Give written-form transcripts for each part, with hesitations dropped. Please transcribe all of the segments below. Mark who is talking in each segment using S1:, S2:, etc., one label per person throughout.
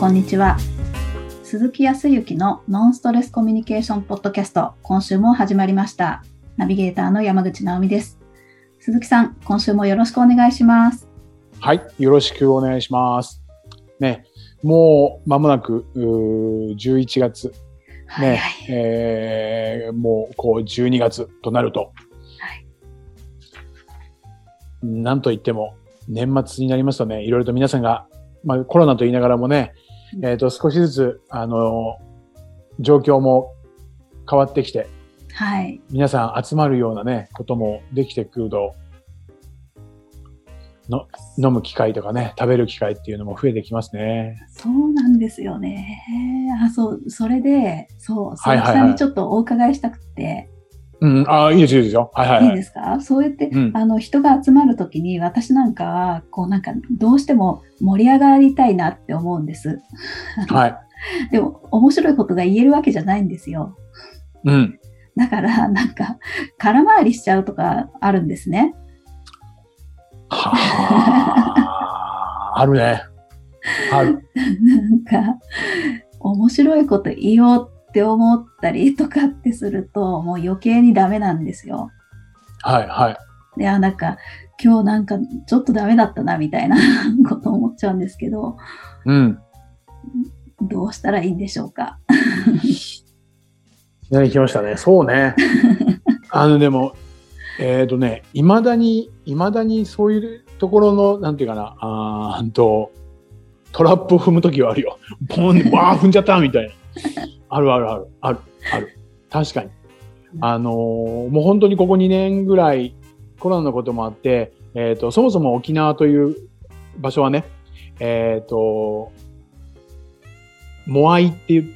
S1: んにちは。鈴木康之のノンストレスコミュニケーションポッドキャスト、今週も始まりました。ナビゲーターの山口直美です。鈴木さん、今週もよろしくお願いします。
S2: はい、よろしくお願いします。ね、もう間もなく11月ね、もうこう12月となると、なんといっても年末になりますとね、いろいろと皆さんが、コロナと言いながらもね、少しずつ状況も変わってきて、
S1: はい、
S2: 皆さん集まるようなねこともできてくると、飲む機会とかね、食べる機会っていうのも増えてきますね。
S1: そうなんですよね。それで、鈴木さんにちょっとお伺いしたくて。
S2: いいですよ、いいですよ。
S1: いいですか？そうやって、人が集まるときに、私なんかは、どうしても盛り上がりたいなって思うんです。
S2: はい。
S1: でも、面白いことが言えるわけじゃないんですよ。だから、空回りしちゃうとかあるんですね。
S2: あるね。ある。
S1: 面白いこと言おうって思ったりとかってすると、もう余計にダメなんですよ。
S2: はいはい。
S1: で、今日ちょっとダメだったなみたいなこと思っちゃうんですけど、どうしたらいいんでしょうか。
S2: 来ましたね。そうね。でも、未だにそういうところの、なんていうかな、トラップを踏むときはあるよ。ポン、踏んじゃったみたいな。ある。確かに。もう本当にここ2年ぐらいコロナのこともあって、そもそも沖縄という場所はね、モアイって言って、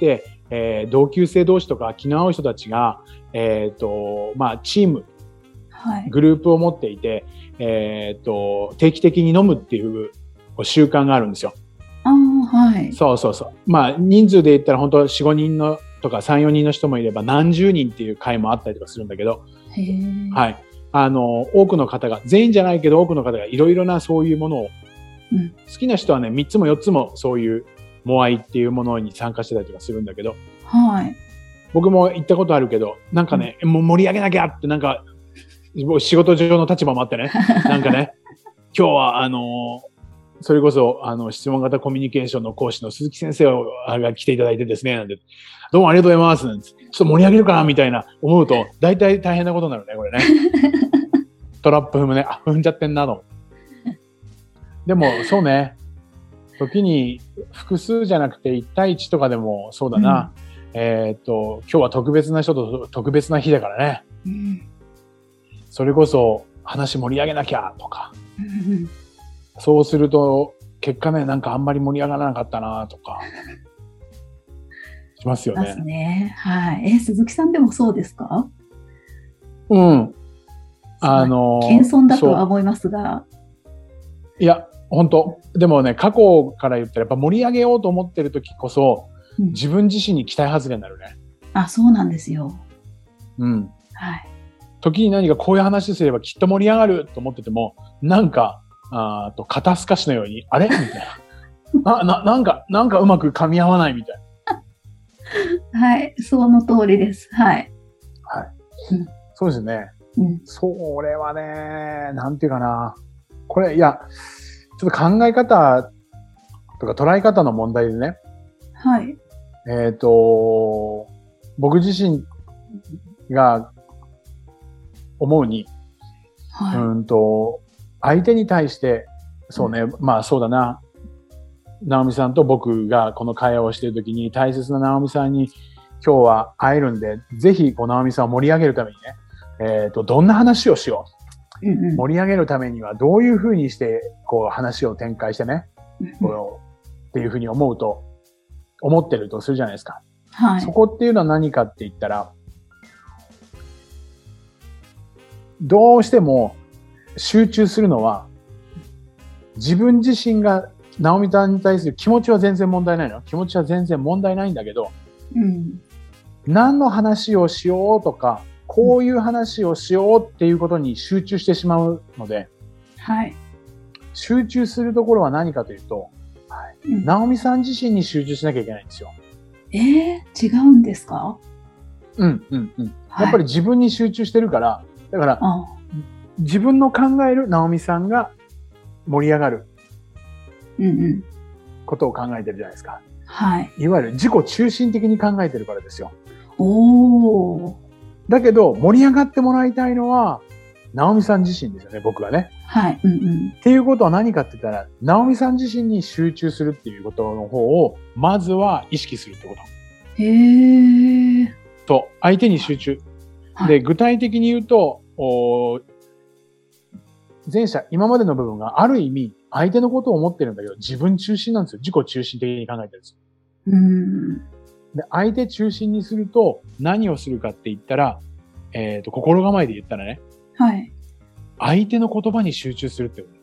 S2: 同級生同士とか気の合う人たちが、チーム、グループを持っていて、定期的に飲むっていう習慣があるんですよ。そう。人数で言ったら本当4、5人のとか3、4人の人もいれば何十人っていう会もあったりとかするんだけど、はい。多くの方が、全員じゃないけど多くの方がいろいろなそういうものを、好きな人はね、3つも4つもそういうモアイっていうものに参加してたりとかするんだけど、僕も行ったことあるけど、もう盛り上げなきゃって仕事上の立場もあってね、今日はそれこそ質問型コミュニケーションの講師の鈴木先生が来ていただいてですね、なんて、どうもありがとうございますなんて、ちょっと盛り上げるかなみたいな思うと、大体大変なことになるね、これね。トラップ踏むね、踏んじゃってんなと。でもそうね、時に複数じゃなくて1対1とかでもそうだな、今日は特別な人と特別な日だからね。それこそ話盛り上げなきゃとか。そうすると結果ね、あんまり盛り上がらなかったなとかしますよね。
S1: ですね。はい。鈴木さんでもそうですか？
S2: 謙
S1: 遜だとは思いますが。
S2: いや、本当。でもね、過去から言ったらやっぱ盛り上げようと思ってる時こそ、自分自身に期待外れになるね。
S1: そうなんですよ。
S2: 時に何かこういう話すればきっと盛り上がると思ってても、肩透かしのように、あれみたいな。なんかうまく噛み合わないみたい
S1: な。はい、その通りです。はい。
S2: そうですね。それはね、なんていうかな。これ、ちょっと考え方とか捉え方の問題でね。僕自身が思うに、相手に対して、そうね、そうだな、直美さんと僕がこの会話をしているときに、大切な直美さんに今日は会えるんで、ぜひ直美さんを盛り上げるためにね、どんな話をしよう。盛り上げるためにはどういうふうにしてこう話を展開してね、っていうふうに思ってるとするじゃないですか。そこっていうのは何かって言ったら、どうしても集中するのは、自分自身が直美さんに対する気持ちは全然問題ないの。気持ちは全然問題ないんだけど、何の話をしようとか、こういう話をしようっていうことに集中してしまうので、集中するところは何かというと、 直美さん自身に集中しなきゃいけないんですよ。
S1: 違うんですか？
S2: やっぱり自分に集中してるから、だから、自分の考える直美さんが盛り上がることを考えてるじゃないですか。いわゆる自己中心的に考えてるからですよ。だけど、盛り上がってもらいたいのは、直美さん自身ですよね、僕はね。っていうことは何かって言ったら、直美さん自身に集中するっていうことの方を、まずは意識するってこと。と、相手に集中。で、具体的に言うと、前者、今までの部分がある意味、相手のことを思ってるんだけど、自分中心なんですよ。自己中心的に考えてるんですよ。で、相手中心にすると、何をするかって言ったら、心構えで言ったらね、相手の言葉に集中するってことです。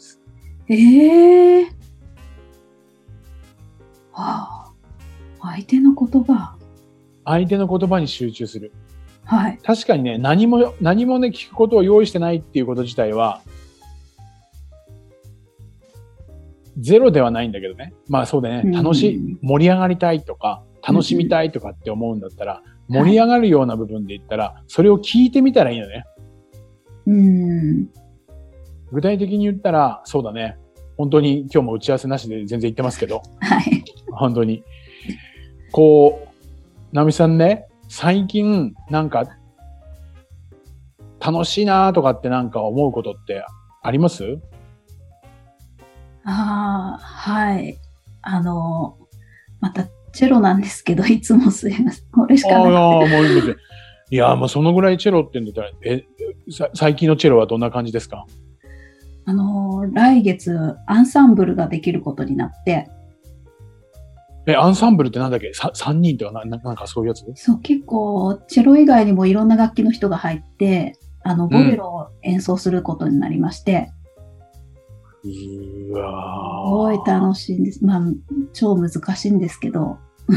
S1: 相手の言葉。
S2: 相手の言葉に集中する。確かにね、何もね、聞くことを用意してないっていうこと自体は、ゼロではないんだけどね。まあそうだね。盛り上がりたいとか、楽しみたいとかって思うんだったら、盛り上がるような部分で言ったら、それを聞いてみたらいいのね。具体的に言ったら、そうだね。本当に今日も打ち合わせなしで全然言ってますけど。本当に。直美さんね、最近なんか、楽しいなとかってなんか思うことってあります？
S1: またチェロなんですけど、いつもすいません。これしかなくて。
S2: いや、もうそのぐらいチェロって言うんだったら、最近のチェロはどんな感じですか？
S1: 来月アンサンブルができることになって。
S2: アンサンブルってなんだっけ？3人とかなんかそういうやつ？
S1: そう、結構、チェロ以外にもいろんな楽器の人が入って、ボレロを演奏することになりまして。
S2: うわ
S1: すごい楽しいんです。まあ、超難しいんですけど。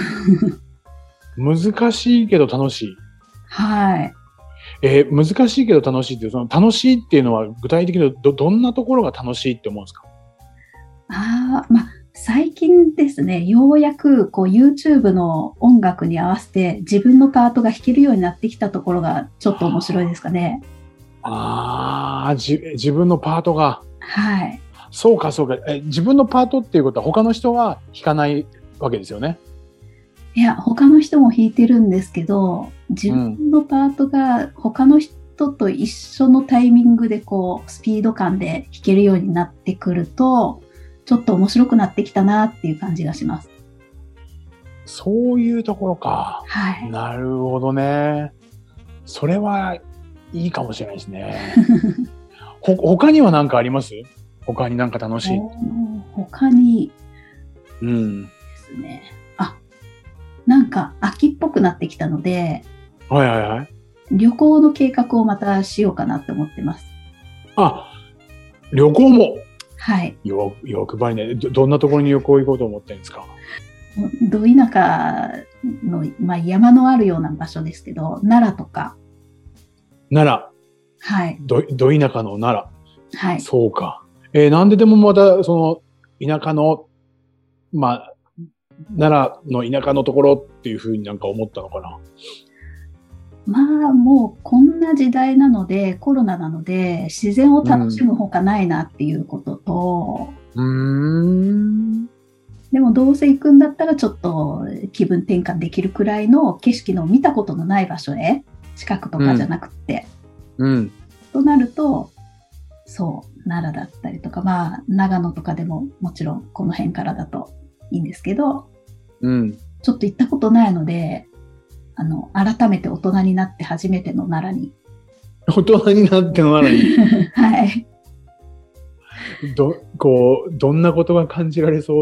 S2: 難しいけど楽しい。
S1: 難
S2: しいけど楽しいって、その楽しいっていうのは具体的にどんなところが楽しいって思うんですか？
S1: 最近ですね、ようやくYouTube の音楽に合わせて自分のパートが弾けるようになってきたところがちょっと面白いですかね。
S2: 自分のパートが。そうか。自分のパートっていうことは他の人は弾かないわけですよね。
S1: いや、他の人も弾いてるんですけど、自分のパートが他の人と一緒のタイミングでスピード感で弾けるようになってくると、ちょっと面白くなってきたなっていう感じがします。
S2: そういうところか。なるほどね。それはいいかもしれないですね。他には何かあります？他になんか楽しい。
S1: 他にですね。なんか秋っぽくなってきたので、旅行の計画をまたしようかなって思ってます。
S2: 旅行も。欲張りね。どんなところに旅行行こうと思ってるんですか？
S1: ど田舎の、山のあるような場所ですけど、奈良とか。
S2: 奈良。ど田舎の奈良。そうか。なんでもまた、その、田舎の、奈良の田舎のところっていうふうになんか思ったのかな。
S1: もうこんな時代なので、コロナなので、自然を楽しむほかないなっていうことと、でもどうせ行くんだったらちょっと気分転換できるくらいの景色の見たことのない場所へ、近くとかじゃなくて、となると、奈良だったりとか、長野とかでももちろんこの辺からだといいんですけど、ちょっと行ったことないので、改めて大人になって初めての奈良に。
S2: 大人になっての奈良に。どんなことが感じられそう？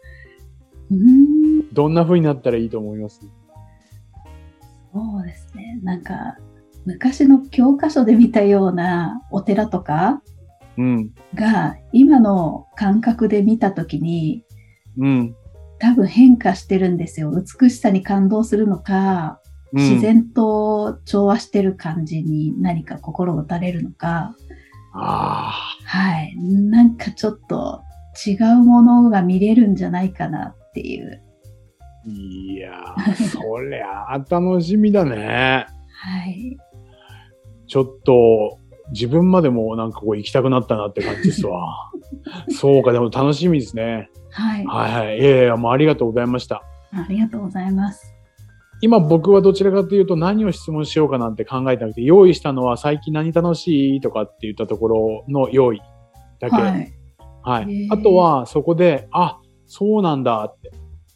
S2: どんな風になったらいいと思います？
S1: そうですね。なんか、昔の教科書で見たようなお寺とかが、今の感覚で見たときに、多分変化してるんですよ。美しさに感動するのか、自然と調和してる感じに何か心を打たれるのか。なんかちょっと違うものが見れるんじゃないかなっていう。
S2: いやー、そりゃ楽しみだね。
S1: はい。
S2: ちょっと自分までもなんかこう行きたくなったなって感じですわ。そうか、でも楽しみですね。
S1: はい。
S2: はいはい。いやいや、もうありがとうございました。
S1: ありがとうございます。
S2: 今僕はどちらかというと何を質問しようかなんて考えてなくて、用意したのは最近何楽しいとかって言ったところの用意だけ。
S1: はい。
S2: はい。あとはそこで、あ、そうなんだって。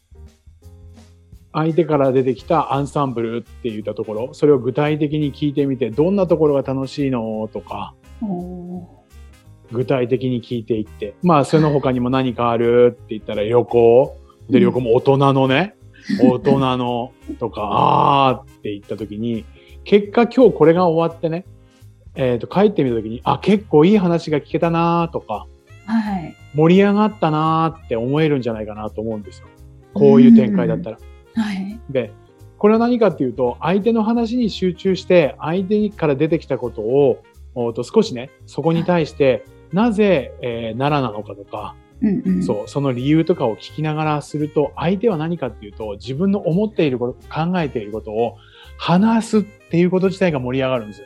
S2: 相手から出てきたアンサンブルって言ったところ、それを具体的に聞いてみて、どんなところが楽しいのとか、具体的に聞いていって、まあその他にも何かあるって言ったら旅行で、旅行も大人のね、大人のとか、あーって言った時に、結果今日これが終わってね、帰ってみた時に、あ、結構いい話が聞けたなとか、
S1: はい、
S2: 盛り上がったなって思えるんじゃないかなと思うんですよ。こういう展開だったら。
S1: はい。
S2: で、これは何かっていうと、相手の話に集中して、相手から出てきたことを、少しね、そこに対して、なぜ、奈良なのかとか、そう、その理由とかを聞きながらすると、相手は何かっていうと、自分の思っていること、考えていることを話すっていうこと自体が盛り上がるんですよ。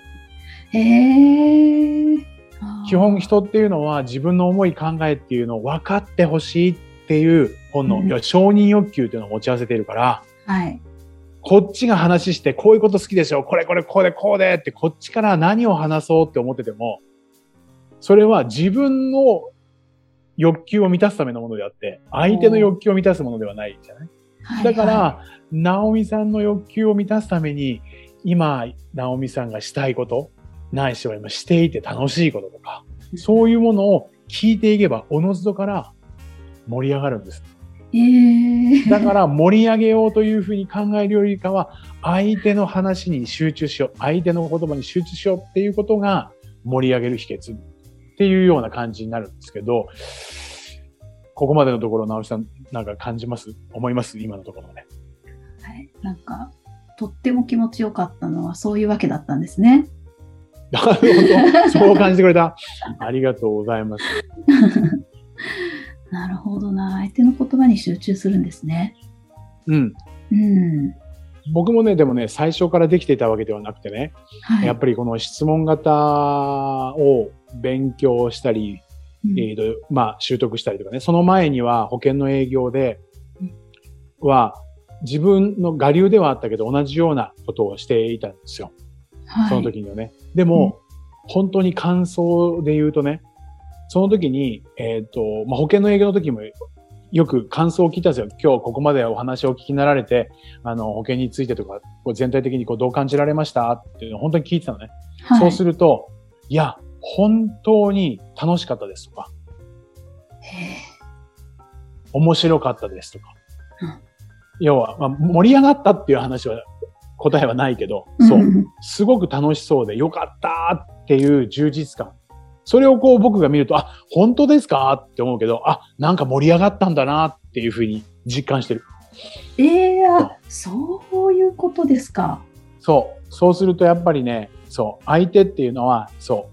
S2: 基本人っていうのは自分の思い考えっていうのを分かってほしいっていう本能、承認欲求っていうのを持ち合わせているから、
S1: はい、
S2: こっちが話して、こういうこと好きでしょ、これこれこうでこうでって、こっちから何を話そうって思ってても、それは自分の欲求を満たすためのものであって、相手の欲求を満たすものではないじゃない。だから、直美さんの欲求を満たすために、今、直美さんがしたいこと、ないしは今していて楽しいこととか、そういうものを聞いていけば、おのずとから盛り上がるんです。だから盛り上げようというふうに考えるよりかは、相手の話に集中しよう、相手の言葉に集中しようっていうことが盛り上げる秘訣っていうような感じになるんですけど、ここまでのところ、直美さんなんか感じます？思います？今のところね。
S1: はい、なんかとっても気持ちよかったのはそういうわけだったんですね。
S2: なるほど、そう感じてくれた。ありがとうございます。
S1: なるほどな。相手の言葉に集中するんですね。
S2: うん。僕もね、でもね、最初からできていたわけではなくてね、はい、やっぱりこの質問型を勉強したり、まあ、習得したりとかね、その前には保険の営業では、自分の我流ではあったけど、同じようなことをしていたんですよ。はい、その時にはね。でも、本当に感想で言うとね、その時に、まあ、保険の営業の時もよく感想を聞いたんですよ。今日ここまでお話をお聞きになられて、保険についてとか、全体的にどう感じられましたっていうのを本当に聞いてたのね。はい、そうすると、いや、本当に楽しかったですとか、面白かったですとか。要は、まあ、盛り上がったっていう話は、答えはないけど、そう。すごく楽しそうでよかったっていう充実感。それを僕が見ると、あ、本当ですかって思うけど、あ、なんか盛り上がったんだなっていうふうに実感してる。
S1: そういうことですか。
S2: そう。そうするとやっぱりね、そう。相手っていうのは、そう。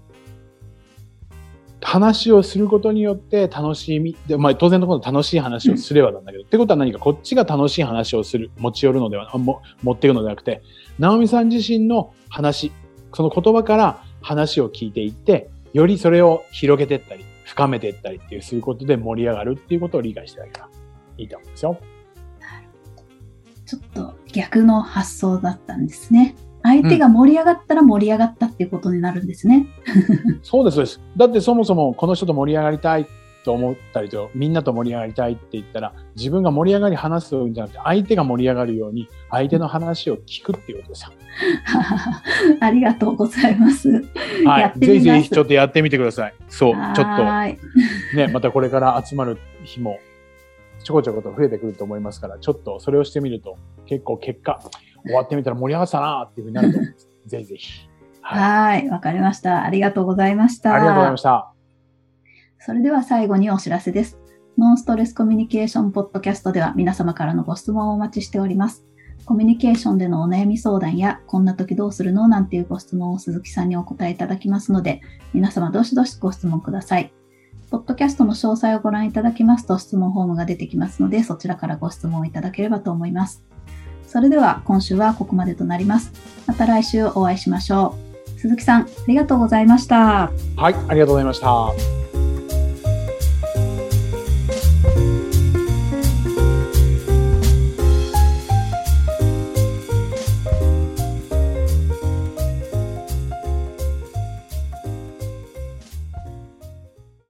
S2: 話をすることによって楽しみ、で、まあ当然のこと楽しい話をすればなんだけど、ってことは何かこっちが楽しい話をする、持ち寄るのでは、持っていくのではなくて、直美さん自身の話、その言葉から話を聞いていって、よりそれを広げていったり、深めていったりっていう、することで盛り上がるっていうことを理解してあげたらいいと思うんですよ。
S1: なるほど。ちょっと逆の発想だったんですね。相手が盛り上がったら盛り上がったっていうことになるんですね。
S2: そうです、そうです。だってそもそもこの人と盛り上がりたいと思ったりと、みんなと盛り上がりたいって言ったら、自分が盛り上がり話すんじゃなくて、相手が盛り上がるように、相手の話を聞くっていうことですよ。
S1: ありがとうございます。
S2: はい。ぜひぜひちょっとやってみてください。そう。ちょっと、ね、またこれから集まる日も、ちょこちょこと増えてくると思いますから、ちょっとそれをしてみると、結構結果、終わってみたら盛り上がったなっていうふうになると思います。ぜひぜひ。
S1: はい。わかりました。ありがとうございました。
S2: ありがとうございました。
S1: それでは最後にお知らせです。ノンストレスコミュニケーションポッドキャストでは皆様からのご質問をお待ちしております。コミュニケーションでのお悩み相談や、こんな時どうするのなんていうご質問を鈴木さんにお答えいただきますので、皆様どしどしご質問ください。 ポッドキャストの詳細をご覧いただきますと質問フォームが出てきますので、そちらからご質問いただければと思います。それでは今週はここまでとなります。また来週お会いしましょう。鈴木さん、ありがとうございました。
S2: はい、ありがとうございました。